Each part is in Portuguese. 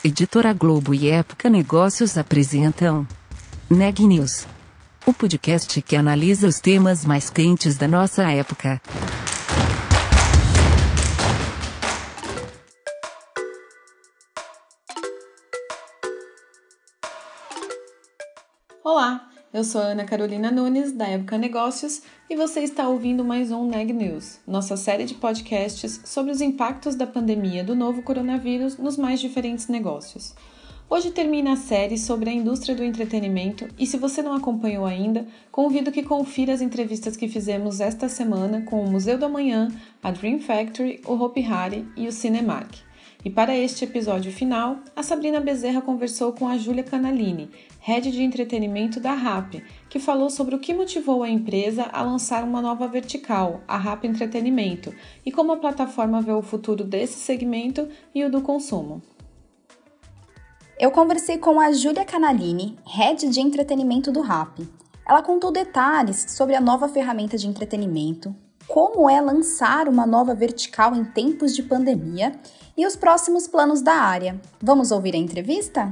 Editora Globo e Época Negócios apresentam Neg News, o podcast que analisa os temas mais quentes da nossa época. Olá, eu sou a Ana Carolina Nunes, da Época Negócios, e você está ouvindo mais um Neg News, nossa série de podcasts sobre os impactos da pandemia do novo coronavírus nos mais diferentes negócios. Hoje termina a série sobre a indústria do entretenimento e, se você não acompanhou ainda, convido que confira as entrevistas que fizemos esta semana com o Museu do Amanhã, a Dream Factory, o Hopi Hari e o Cinemark. E para este episódio final, a Sabrina Bezerra conversou com a Júlia Canalini, Head de Entretenimento da Rappi, que falou sobre o que motivou a empresa a lançar uma nova vertical, a Rappi Entretenimento, e como a plataforma vê o futuro desse segmento e o do consumo. Eu conversei com a Júlia Canalini, Head de Entretenimento do Rappi. Ela contou detalhes sobre a nova ferramenta de entretenimento, como é lançar uma nova vertical em tempos de pandemia e os próximos planos da área. Vamos ouvir a entrevista?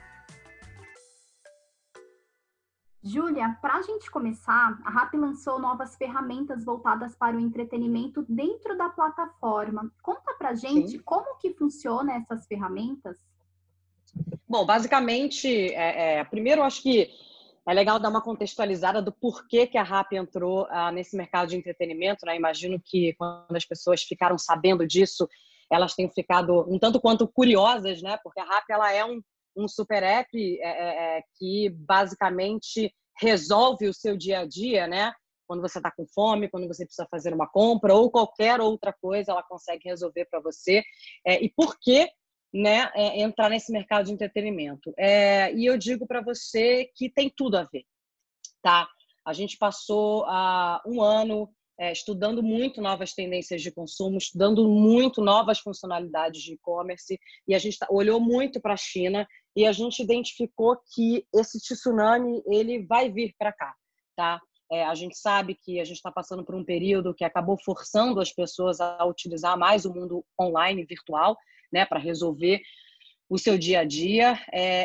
Júlia, para a gente começar, a Rappi lançou novas ferramentas voltadas para o entretenimento dentro da plataforma. Conta pra gente como que funciona essas ferramentas? Bom, basicamente, primeiro eu acho que é legal dar uma contextualizada do porquê que a Rappi entrou nesse mercado de entretenimento, né? Imagino que quando as pessoas ficaram sabendo disso, elas tenham ficado um tanto quanto curiosas, né? Porque a Rappi ela é um super app que basicamente resolve o seu dia a dia, né? Quando você está com fome, quando você precisa fazer uma compra ou qualquer outra coisa, ela consegue resolver para você. E por quê? Né, entrar nesse mercado de entretenimento. E eu digo para você que tem tudo a ver, tá? A gente passou um ano estudando muito novas tendências de consumo, estudando muito novas funcionalidades de e-commerce, e a gente olhou muito para a China e a gente identificou que esse tsunami ele vai vir para cá, tá? A gente sabe que a gente está passando por um período que acabou forçando as pessoas a utilizar mais o mundo online, virtual, né, para resolver o seu dia a dia,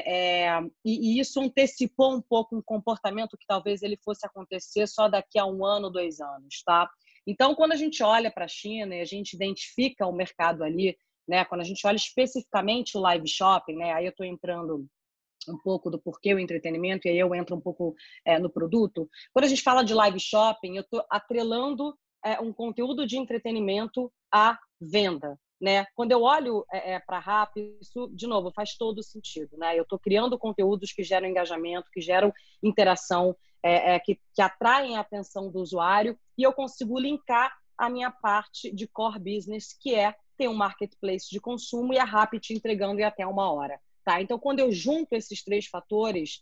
e isso antecipou um pouco um comportamento que talvez ele fosse acontecer só daqui a 1 ano, 2 anos, tá? Então, quando a gente olha para a China e a gente identifica o mercado ali, né, quando a gente olha especificamente o live shopping, né, aí eu estou entrando um pouco do porquê o entretenimento e aí eu entro um pouco no produto. Quando a gente fala de live shopping, eu estou atrelando um conteúdo de entretenimento à venda, né? Quando eu olho para a Rappi, isso, de novo, faz todo sentido, né? Eu estou criando conteúdos que geram engajamento, que geram interação, que atraem a atenção do usuário e eu consigo linkar a minha parte de core business, que é ter um marketplace de consumo e a Rappi te entregando em até 1 hora. Tá? Então, quando eu junto esses 3 fatores,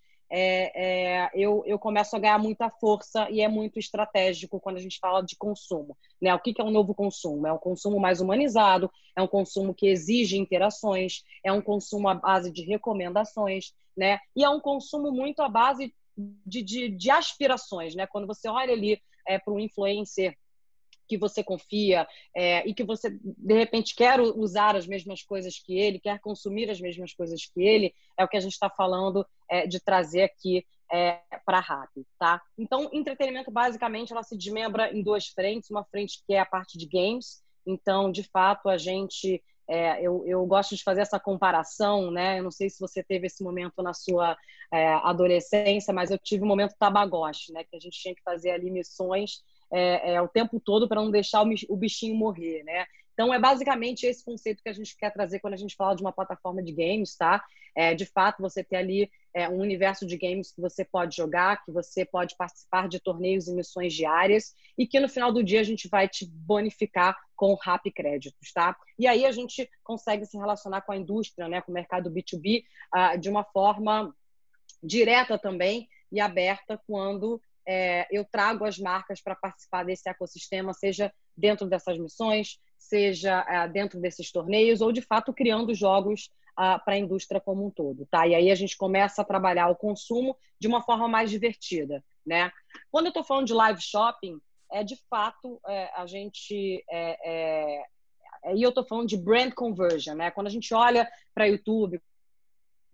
eu começo a ganhar muita força e é muito estratégico quando a gente fala de consumo, né? O que é um novo consumo? É um consumo mais humanizado, é um consumo que exige interações, é um consumo à base de recomendações, né? E é um consumo muito à base de aspirações, né? Quando você olha ali para um influencer que você confia e que você, de repente, quer usar as mesmas coisas que ele, quer consumir as mesmas coisas que ele, é o que a gente está falando de trazer aqui para a Rappi, tá? Então, entretenimento, basicamente, ela se desmembra em 2 frentes. Uma frente que é a parte de games. Então, de fato, a gente... eu gosto de fazer essa comparação, né? Eu não sei se você teve esse momento na sua adolescência, mas eu tive um momento Tamagotchi, né? Que a gente tinha que fazer ali missões o tempo todo para não deixar o bichinho morrer, né? Então, é basicamente esse conceito que a gente quer trazer quando a gente fala de uma plataforma de games, tá? De fato, você ter ali um universo de games que você pode jogar, que você pode participar de torneios e missões diárias e que no final do dia a gente vai te bonificar com Rappi Créditos, tá? E aí a gente consegue se relacionar com a indústria, né? Com o mercado B2B de uma forma direta também e aberta quando eu trago as marcas para participar desse ecossistema, seja dentro dessas missões, seja dentro desses torneios ou, de fato, criando jogos para a indústria como um todo, tá? E aí a gente começa a trabalhar o consumo de uma forma mais divertida, né? Quando eu estou falando de live shopping, de fato, a gente... e eu estou falando de brand conversion, né? Quando a gente olha para YouTube,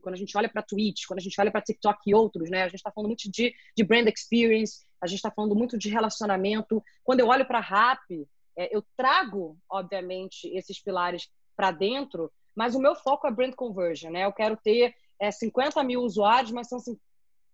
quando a gente olha para Twitch, quando a gente olha para TikTok e outros, né? A gente está falando muito de brand experience, a gente está falando muito de relacionamento. Quando eu olho para a Rappi, eu trago, obviamente, esses pilares para dentro, mas o meu foco é brand conversion, né? Eu quero ter 50 mil usuários, mas são 50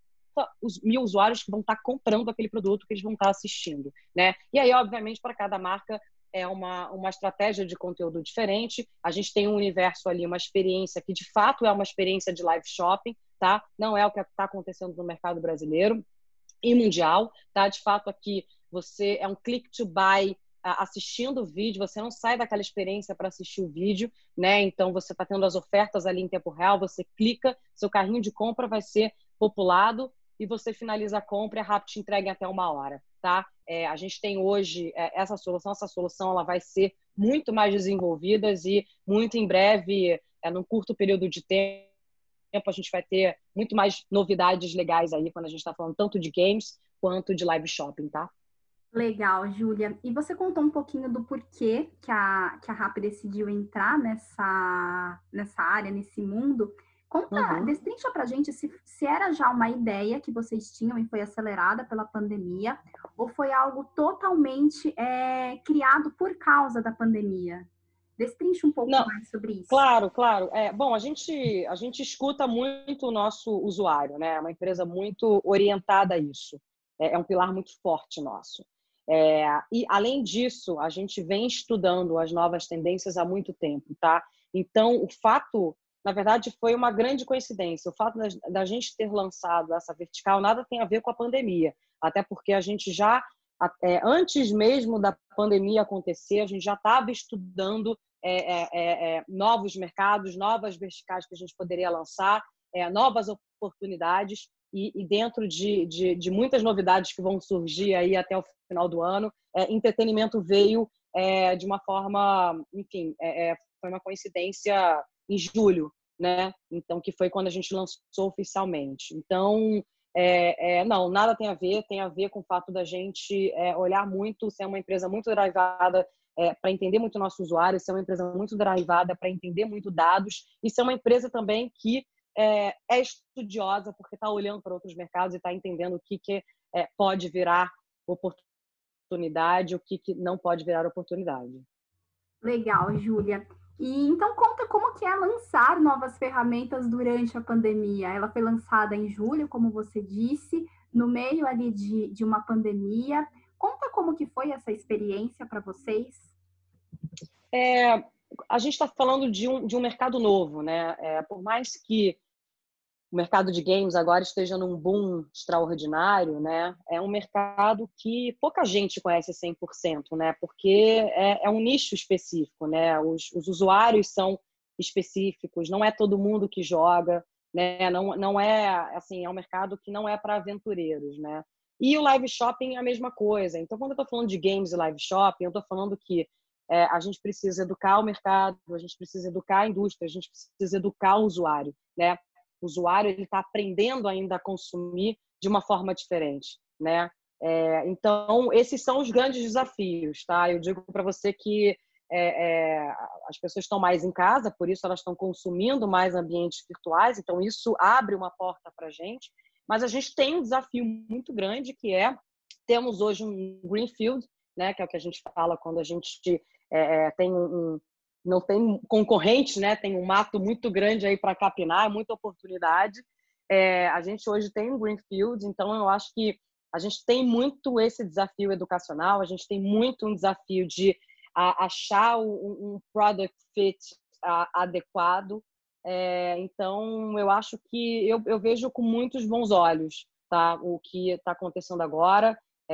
mil usuários que vão estar comprando aquele produto que eles vão estar assistindo, né? E aí, obviamente, para cada marca é uma estratégia de conteúdo diferente. A gente tem um universo ali, uma experiência que, de fato, é uma experiência de live shopping, tá? Não é o que está acontecendo no mercado brasileiro e mundial, tá? De fato, aqui você é um click to buy assistindo o vídeo, você não sai daquela experiência para assistir o vídeo, né? Então, você está tendo as ofertas ali em tempo real, você clica, seu carrinho de compra vai ser populado e você finaliza a compra e a Rappi te entrega em até 1 hora, tá? A gente tem hoje essa solução ela vai ser muito mais desenvolvida e muito em breve, num curto período de tempo, a gente vai ter muito mais novidades legais aí quando a gente está falando tanto de games quanto de live shopping, tá? Legal, Júlia. E você contou um pouquinho do porquê que a Rappi decidiu entrar nessa área, nesse mundo. Destrincha pra gente se era já uma ideia que vocês tinham e foi acelerada pela pandemia, ou foi algo totalmente criado por causa da pandemia. Destrincha um pouco mais sobre isso. Claro. Bom, a gente escuta muito o nosso usuário, né? É uma empresa muito orientada a isso. É um pilar muito forte nosso. E, além disso, a gente vem estudando as novas tendências há muito tempo, tá? Então, o fato, na verdade, foi uma grande coincidência. O fato da gente ter lançado essa vertical nada tem a ver com a pandemia, até porque a gente já, antes mesmo da pandemia acontecer, a gente já estava estudando novos mercados, novas verticais que a gente poderia lançar, novas oportunidades. E dentro de muitas novidades que vão surgir aí até o final do ano, entretenimento veio de uma forma, enfim, foi uma coincidência em julho, né? Então, que foi quando a gente lançou oficialmente. Então, não, nada tem a ver com o fato da gente olhar muito, ser uma empresa muito drivada para entender muito o nosso usuário, ser uma empresa muito drivada para entender muito dados e ser uma empresa também que é estudiosa porque está olhando para outros mercados e está entendendo o que pode virar oportunidade, o que não pode virar oportunidade. Legal, Júlia. E então conta como que é lançar novas ferramentas durante a pandemia. Ela foi lançada em julho, como você disse, no meio ali de uma pandemia. Conta como que foi essa experiência para vocês. A gente está falando de um mercado novo, né? Por mais que o mercado de games agora esteja num boom extraordinário, né? É um mercado que pouca gente conhece 100%, né? Porque é um nicho específico, né? Os usuários são específicos, não é todo mundo que joga, né? Não é assim, é um mercado que não é para aventureiros, né? E o live shopping é a mesma coisa. Então, quando eu estou falando de games e live shopping, eu estou falando que a gente precisa educar o mercado, a gente precisa educar a indústria, a gente precisa educar o usuário, né? O usuário ele está aprendendo ainda a consumir de uma forma diferente, né? Então, esses são os grandes desafios, tá? Eu digo para você que as pessoas estão mais em casa, por isso elas estão consumindo mais ambientes virtuais, então isso abre uma porta para a gente, mas a gente tem um desafio muito grande que temos hoje um greenfield, né? Que é o que a gente fala quando a gente tem não tem concorrentes, né? Tem um mato muito grande aí para capinar, muita oportunidade. A gente hoje tem um greenfield, então eu acho que a gente tem muito esse desafio educacional, a gente tem muito um desafio de achar um product fit adequado. Então, eu acho que eu vejo com muitos bons olhos, tá? O que está acontecendo agora,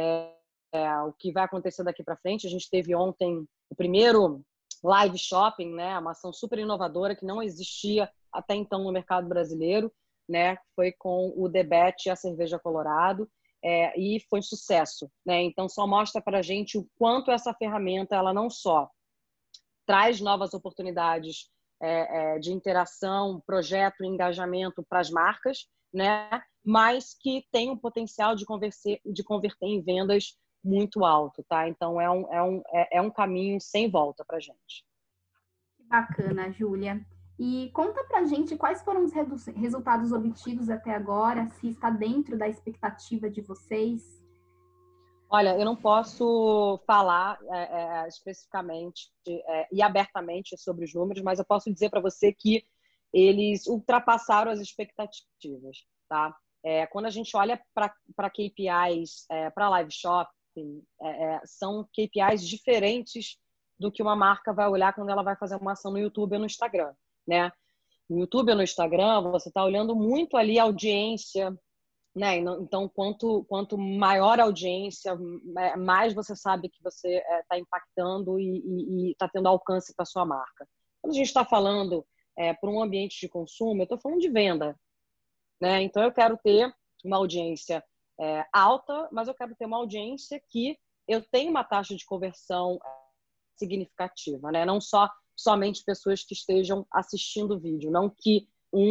o que vai acontecer daqui para frente. A gente teve ontem o primeiro live shopping, né? Uma ação super inovadora que não existia até então no mercado brasileiro, né? Foi com o Debete e a Cerveja Colorado, e foi um sucesso, né? Então só mostra para a gente o quanto essa ferramenta ela não só traz novas oportunidades de interação, projeto, engajamento para as marcas, né? Mas que tem um potencial de converter em vendas muito alto, tá? Então é um caminho sem volta para a gente. Que bacana, Júlia. E conta pra gente quais foram os resultados obtidos até agora, se está dentro da expectativa de vocês. Olha, eu não posso falar especificamente e abertamente sobre os números, mas eu posso dizer para você que eles ultrapassaram as expectativas, tá? Quando a gente olha para KPIs, para live shopping, são KPIs diferentes do que uma marca vai olhar quando ela vai fazer uma ação no YouTube ou no Instagram, né? No YouTube ou no Instagram, você está olhando muito ali a audiência, né? Então, quanto maior a audiência, mais você sabe que você está impactando e está tendo alcance para sua marca. Quando a gente está falando para um ambiente de consumo, eu estou falando de venda, né? Então, eu quero ter uma audiência alta, mas eu quero ter uma audiência que eu tenha uma taxa de conversão significativa, né? Não somente pessoas que estejam assistindo o vídeo, não que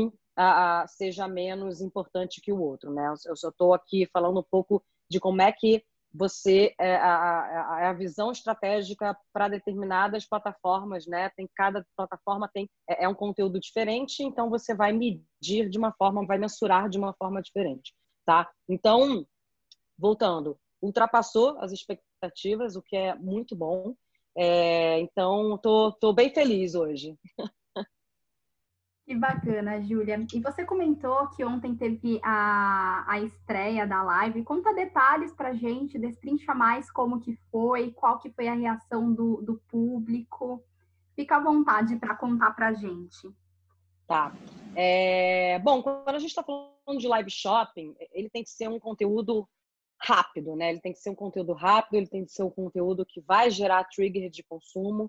seja menos importante que o outro, né? Eu só estou aqui falando um pouco de como é que você a visão estratégica para determinadas plataformas, né? Cada plataforma tem um conteúdo diferente, então você vai medir de uma forma, vai mensurar de uma forma diferente, tá? Então, voltando, ultrapassou as expectativas, o que é muito bom. Então, tô bem feliz hoje. Que bacana, Júlia. E você comentou que ontem teve a estreia da live. Conta detalhes pra gente, destrincha mais como que foi, qual que foi a reação do público. Fica à vontade para contar pra gente. Tá. Bom, quando a gente está falando de live shopping, ele tem que ser um conteúdo rápido, né? Ele tem que ser um conteúdo rápido, ele tem que ser um conteúdo que vai gerar trigger de consumo,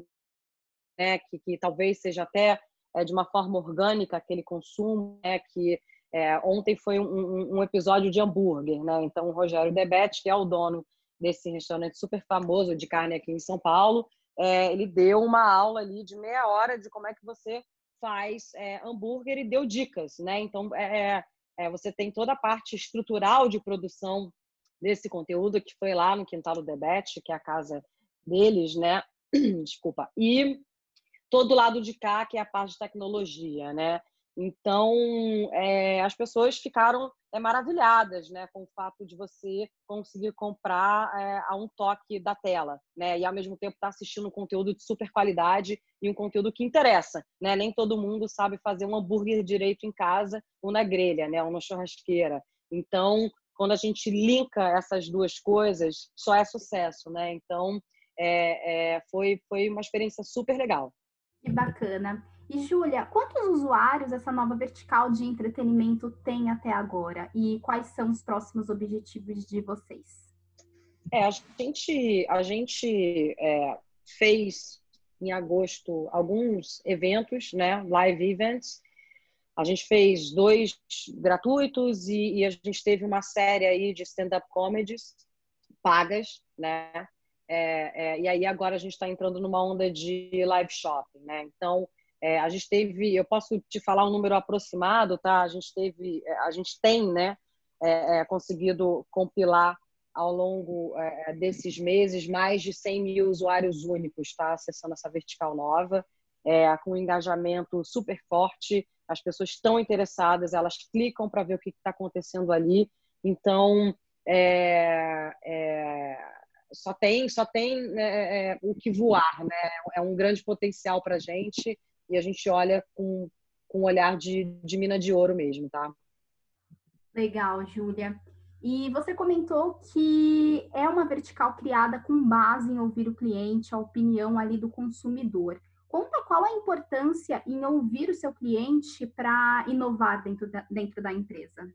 né? Que talvez seja até de uma forma orgânica aquele consumo, né? Ontem foi um episódio de hambúrguer, né? Então o Rogério Debete, que é o dono desse restaurante super famoso de carne aqui em São Paulo, ele deu uma aula ali de meia hora de como é que você faz hambúrguer e deu dicas, né? Então você tem toda a parte estrutural de produção desse conteúdo que foi lá no Quintal do Debete, que é a casa deles, né? Desculpa. E todo lado de cá, que é a parte de tecnologia, né? Então, as pessoas ficaram maravilhadas, né, com o fato de você conseguir comprar a um toque da tela, né, e ao mesmo tempo estar assistindo um conteúdo de super qualidade e um conteúdo que interessa, né? Nem todo mundo sabe fazer um hambúrguer direito em casa ou na grelha, né, ou na churrasqueira. Então, quando a gente linka essas duas coisas, só é sucesso, né? Então, foi uma experiência super legal. Que bacana. E, Júlia, quantos usuários essa nova vertical de entretenimento tem até agora? E quais são os próximos objetivos de vocês? A gente fez em agosto alguns eventos, né? Live events. A gente fez 2 gratuitos e a gente teve uma série aí de stand-up comedies pagas, né? E aí agora a gente está entrando numa onda de live shopping, né? Então a gente teve, eu posso te falar um número aproximado, tá? A gente tem, né? Conseguido compilar ao longo desses meses mais de 100 mil usuários únicos, tá? Acessando essa vertical nova, com um engajamento super forte. As pessoas estão interessadas, elas clicam para ver o que está acontecendo ali. Então só tem o que voar, né? É um grande potencial para a gente e a gente olha com um olhar de mina de ouro mesmo, tá? Legal, Júlia. E você comentou que é uma vertical criada com base em ouvir o cliente, a opinião ali do consumidor. Conta qual a importância em ouvir o seu cliente para inovar dentro da empresa.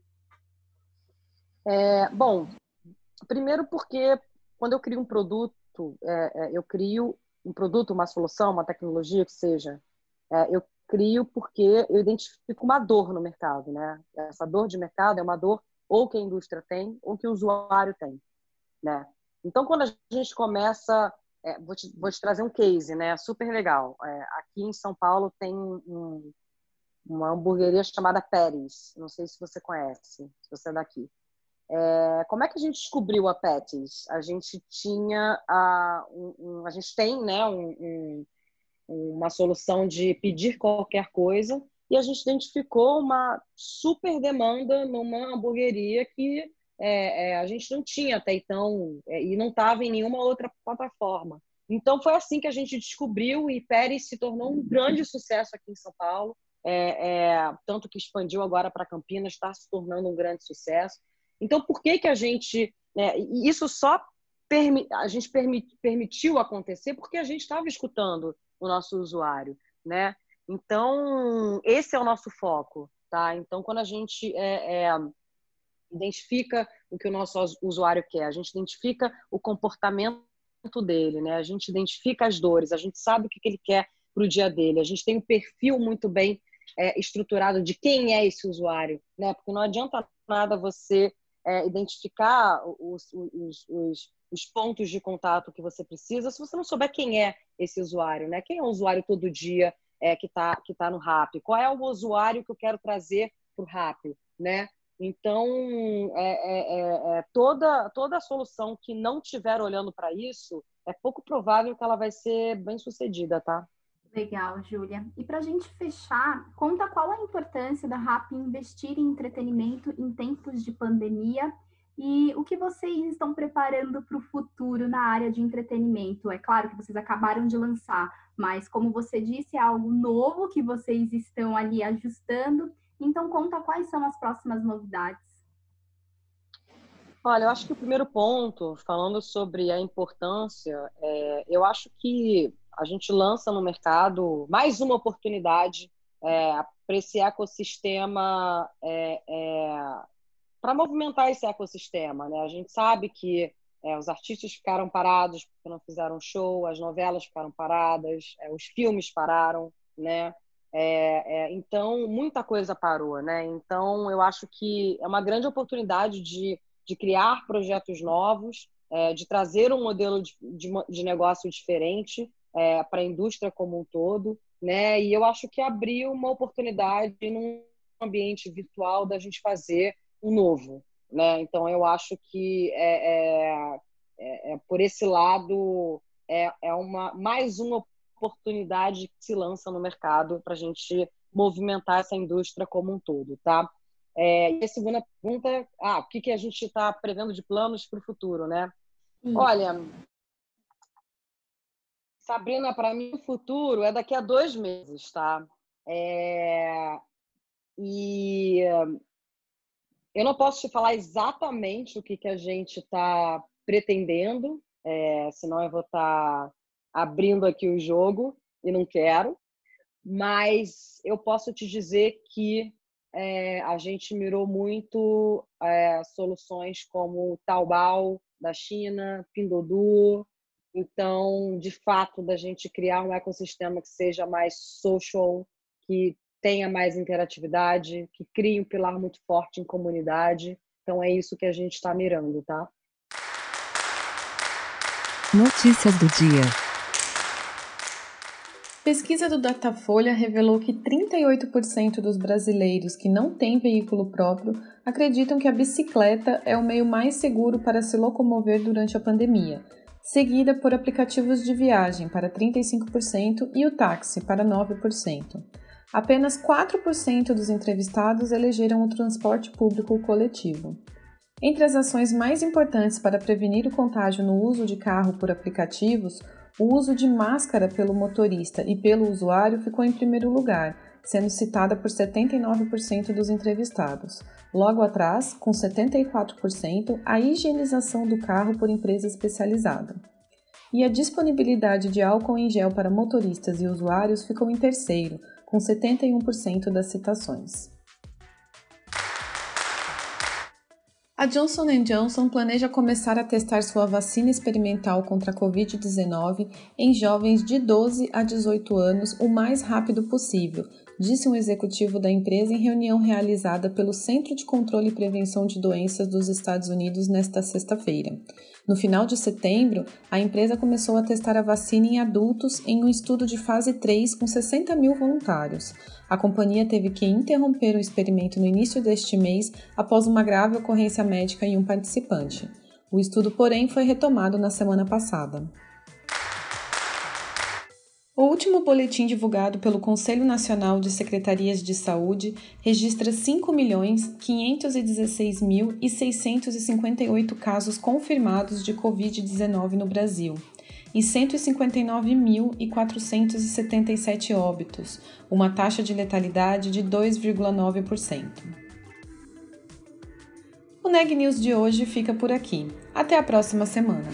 Bom, primeiro porque quando eu crio um produto, eu crio um produto, uma solução, uma tecnologia que seja, eu crio porque eu identifico uma dor no mercado, né? Essa dor de mercado é uma dor ou que a indústria tem ou que o usuário tem, né? Então, quando a gente começa, vou te trazer um case, né? Super legal. Aqui em São Paulo tem uma hamburgueria chamada Patties. Não sei se você conhece, se você é daqui. Como é que a gente descobriu a Patties? A gente tinha a gente tem, né, uma solução de pedir qualquer coisa, e a gente identificou uma super demanda numa hamburgueria que a gente não tinha até então e não estava em nenhuma outra plataforma. Então, foi assim que a gente descobriu e Pérez se tornou um grande sucesso aqui em São Paulo, tanto que expandiu agora para Campinas, está se tornando um grande sucesso. Então, por que a gente... isso só a gente permitiu acontecer porque a gente estava escutando o nosso usuário, né? Então, esse é o nosso foco, tá? Então, quando a gente identifica o que o nosso usuário quer, a gente identifica o comportamento dele, né? A gente identifica as dores, a gente sabe o que ele quer para o dia dele, a gente tem um perfil muito bem estruturado de quem é esse usuário, né? Porque não adianta nada você identificar os pontos de contato que você precisa se você não souber quem é esse usuário, né? Quem é o usuário todo dia que tá no Rappi? Qual é o usuário que eu quero trazer para o Rappi, né? Então, toda a solução que não estiver olhando para isso, é pouco provável que ela vai ser bem sucedida, tá? Legal, Júlia. E para a gente fechar, conta qual a importância da Rappi investir em entretenimento em tempos de pandemia e o que vocês estão preparando para o futuro na área de entretenimento. É claro que vocês acabaram de lançar, mas como você disse, é algo novo que vocês estão ali ajustando. Então, conta quais são as próximas novidades. Olha, eu acho que o primeiro ponto, falando sobre a importância, eu acho que a gente lança no mercado mais uma oportunidade para esse ecossistema, para movimentar esse ecossistema, né? A gente sabe que os artistas ficaram parados porque não fizeram show, as novelas ficaram paradas, os filmes pararam, né? Então, muita coisa parou, né? Então, eu acho que é uma grande oportunidade de criar projetos novos, de trazer um modelo de negócio diferente para a indústria como um todo, né? E eu acho que abriu uma oportunidade num ambiente virtual da gente fazer um novo, né? Então, eu acho que por esse lado mais uma oportunidade que se lança no mercado para a gente movimentar essa indústria como um todo, tá? E a segunda pergunta, o que a gente está prevendo de planos para o futuro, né? Olha, Sabrina, para mim o futuro é daqui a 2 meses, tá? E eu não posso te falar exatamente o que a gente está pretendendo, senão eu vou estar abrindo aqui o jogo e não quero, mas eu posso te dizer que a gente mirou muito soluções como Taobao da China, Pinduoduo. Então, de fato, da gente criar um ecossistema que seja mais social, que tenha mais interatividade, que crie um pilar muito forte em comunidade. Então, é isso que a gente está mirando, tá? Notícias do dia. Pesquisa do Datafolha revelou que 38% dos brasileiros que não têm veículo próprio acreditam que a bicicleta é o meio mais seguro para se locomover durante a pandemia, seguida por aplicativos de viagem para 35% e o táxi para 9%. Apenas 4% dos entrevistados elegeram o transporte público coletivo. Entre as ações mais importantes para prevenir o contágio no uso de carro por aplicativos, o uso de máscara pelo motorista e pelo usuário ficou em primeiro lugar, sendo citada por 79% dos entrevistados. Logo atrás, com 74%, a higienização do carro por empresa especializada. E a disponibilidade de álcool em gel para motoristas e usuários ficou em terceiro, com 71% das citações. A Johnson & Johnson planeja começar a testar sua vacina experimental contra a Covid-19 em jovens de 12 a 18 anos o mais rápido possível, disse um executivo da empresa em reunião realizada pelo Centro de Controle e Prevenção de Doenças dos Estados Unidos nesta sexta-feira. No final de setembro, a empresa começou a testar a vacina em adultos em um estudo de fase 3 com 60 mil voluntários. A companhia teve que interromper o experimento no início deste mês após uma grave ocorrência médica em um participante. O estudo, porém, foi retomado na semana passada. O último boletim divulgado pelo Conselho Nacional de Secretarias de Saúde registra 5.516.658 casos confirmados de Covid-19 no Brasil e 159.477 óbitos, uma taxa de letalidade de 2,9%. O Neg News de hoje fica por aqui. Até a próxima semana.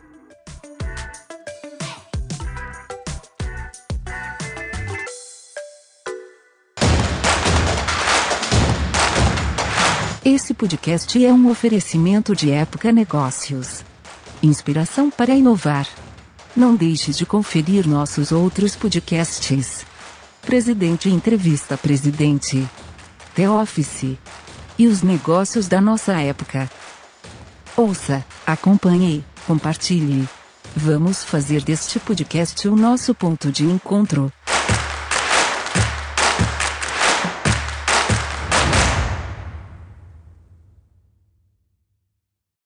Esse podcast é um oferecimento de Época Negócios. Inspiração para inovar. Não deixe de conferir nossos outros podcasts. Presidente Entrevista Presidente. The Office. E os negócios da nossa época. Ouça, acompanhe, compartilhe. Vamos fazer deste podcast o nosso ponto de encontro.